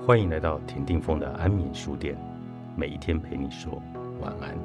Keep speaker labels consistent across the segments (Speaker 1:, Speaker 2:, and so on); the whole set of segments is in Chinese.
Speaker 1: 欢迎来到田定峰的安眠书店，每一天陪你说晚安。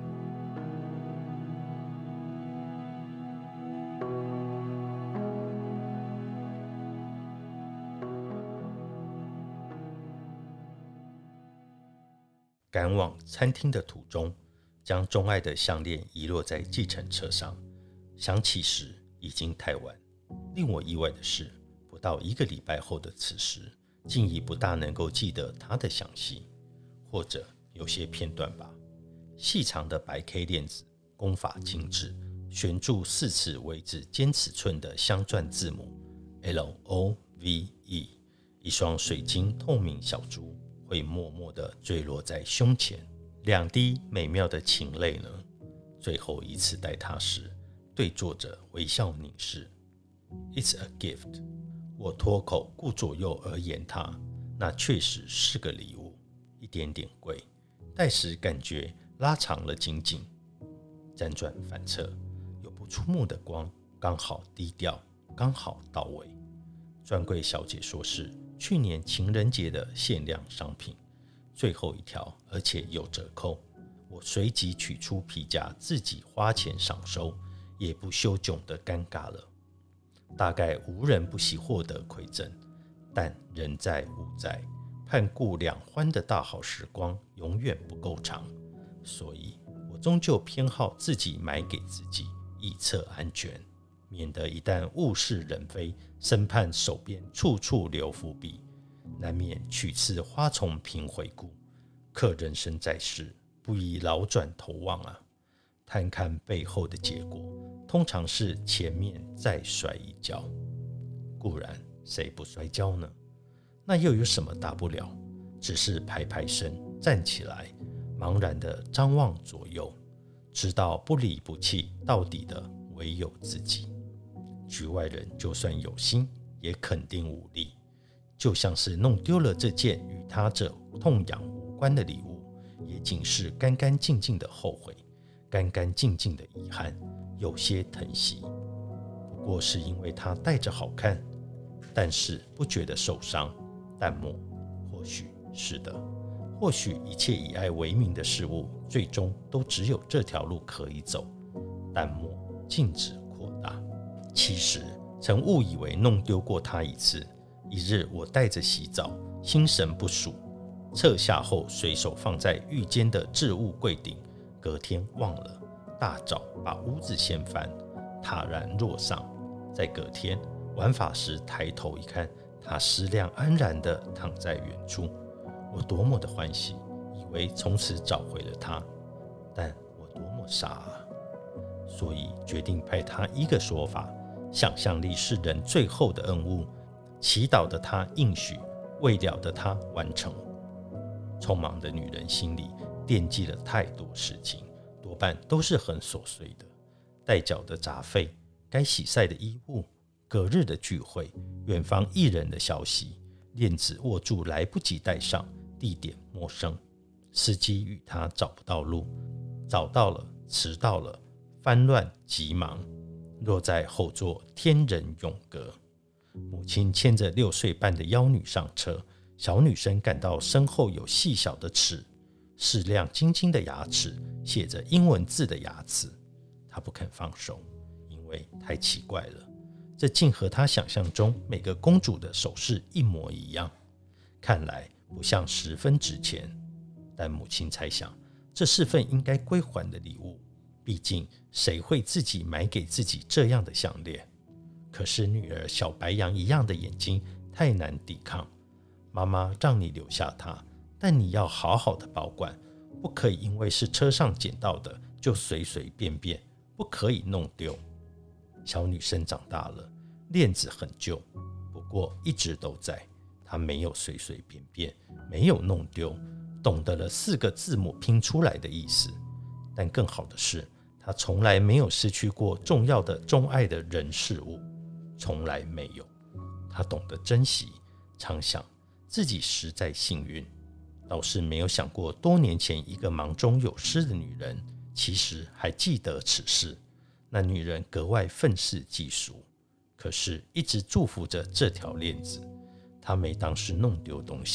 Speaker 1: 赶往餐厅的途中，将钟爱的项链遗落在计程车上，想起时已经太晚。令我意外的是，不到1个礼拜后的此时，竟已不大能够记得它的详细，或者有些片段吧。细长的白 K 链子，工法精致，悬铸4尺为止尖尺寸的镶钻字母 LOVE， 一双水晶透明小珠会默默地坠落在胸前，2滴美妙的情泪呢。最后一次待他时，对坐着微笑凝视。It's a gift。我脱口顾左右而言他，那确实是个礼物，一点点贵，戴时感觉拉长了紧紧，辗转反侧，有不触目的光，刚好低调，刚好到位。专柜小姐说是去年情人节的限量商品，最后一条，而且有折扣。我随即取出皮夹，自己花钱赏收，也不羞窘的尴尬了。大概无人不惜获得馈赠，但人在物在，盼顾两欢的大好时光永远不够长，所以我终究偏好自己买给自己，以策安全，免得一旦物是人非，生怕手边处处留伏笔，难免取次花丛凭回顾。可人生在世，不宜劳转投望啊！探看背后的结果，通常是前面再摔一跤。固然谁不摔跤呢？那又有什么大不了？只是拍拍身站起来，茫然地张望左右，知道不离不弃到底的唯有自己。局外人就算有心，也肯定无力。就像是弄丢了这件与他这痛痒无关的礼物，也仅是干干净净的后悔，干干净净的遗憾，有些疼惜。不过是因为它戴着好看，但是不觉得受伤，淡漠。或许是的，或许一切以爱为名的事物，最终都只有这条路可以走，淡漠，禁止扩大。其实曾误以为弄丢过它一次。一日我带着洗澡，心神不属，撤下后随手放在浴间的置物柜顶，隔天忘了，大早把屋子掀翻，塔然若上。在隔天玩法时抬头一看，它湿亮安然地躺在原处，我多么的欢喜，以为从此找回了它，但我多么傻啊！所以决定派他一个说法：想象力是人最后的恩物，祈祷的他应许，未了的他完成。匆忙的女人心里惦记了太多事情，多半都是很琐碎的，带缴的杂费，该洗晒的衣物，隔日的聚会，远方艺人的消息，链子握住来不及戴上，地点陌生，司机与他找不到路，找到了，迟到了，翻乱急忙，落在后座天人永隔。母亲牵着6岁半的妖女上车，小女生感到身后有细小的齿，是亮晶晶的牙齿，写着英文字的牙齿。她不肯放手，因为太奇怪了，这竟和她想象中每个公主的首饰一模一样，看来不像十分值钱。但母亲猜想，这是份应该归还的礼物，毕竟谁会自己买给自己这样的项链？可是女儿小白羊一样的眼睛太难抵抗。妈妈让你留下它，但你要好好的保管，不可以因为是车上捡到的就随随便便，不可以弄丢。小女生长大了，链子很旧，不过一直都在。她没有随随便便，没有弄丢，懂得了4个字母拼出来的意思。但更好的是，她从来没有失去过重要的钟爱的人事物，从来没有。她懂得珍惜，常想自己实在幸运，倒是没有想过多年前一个忙中有失的女人，其实还记得此事。那女人格外愤世嫉俗，可是一直祝福着这条链子。她没当是弄丢东西，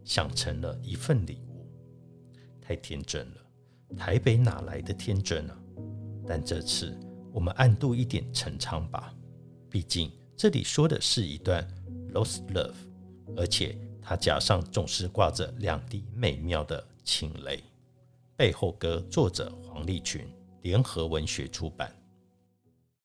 Speaker 1: 想成了一份礼物。太天真了，台北哪来的天真啊？但这次我们暗度一点陈仓吧，毕竟这里说的是一段 lost love， 而且它甲上总是挂着两滴美妙的清泪。背后歌作者黄立群，联合文学出版。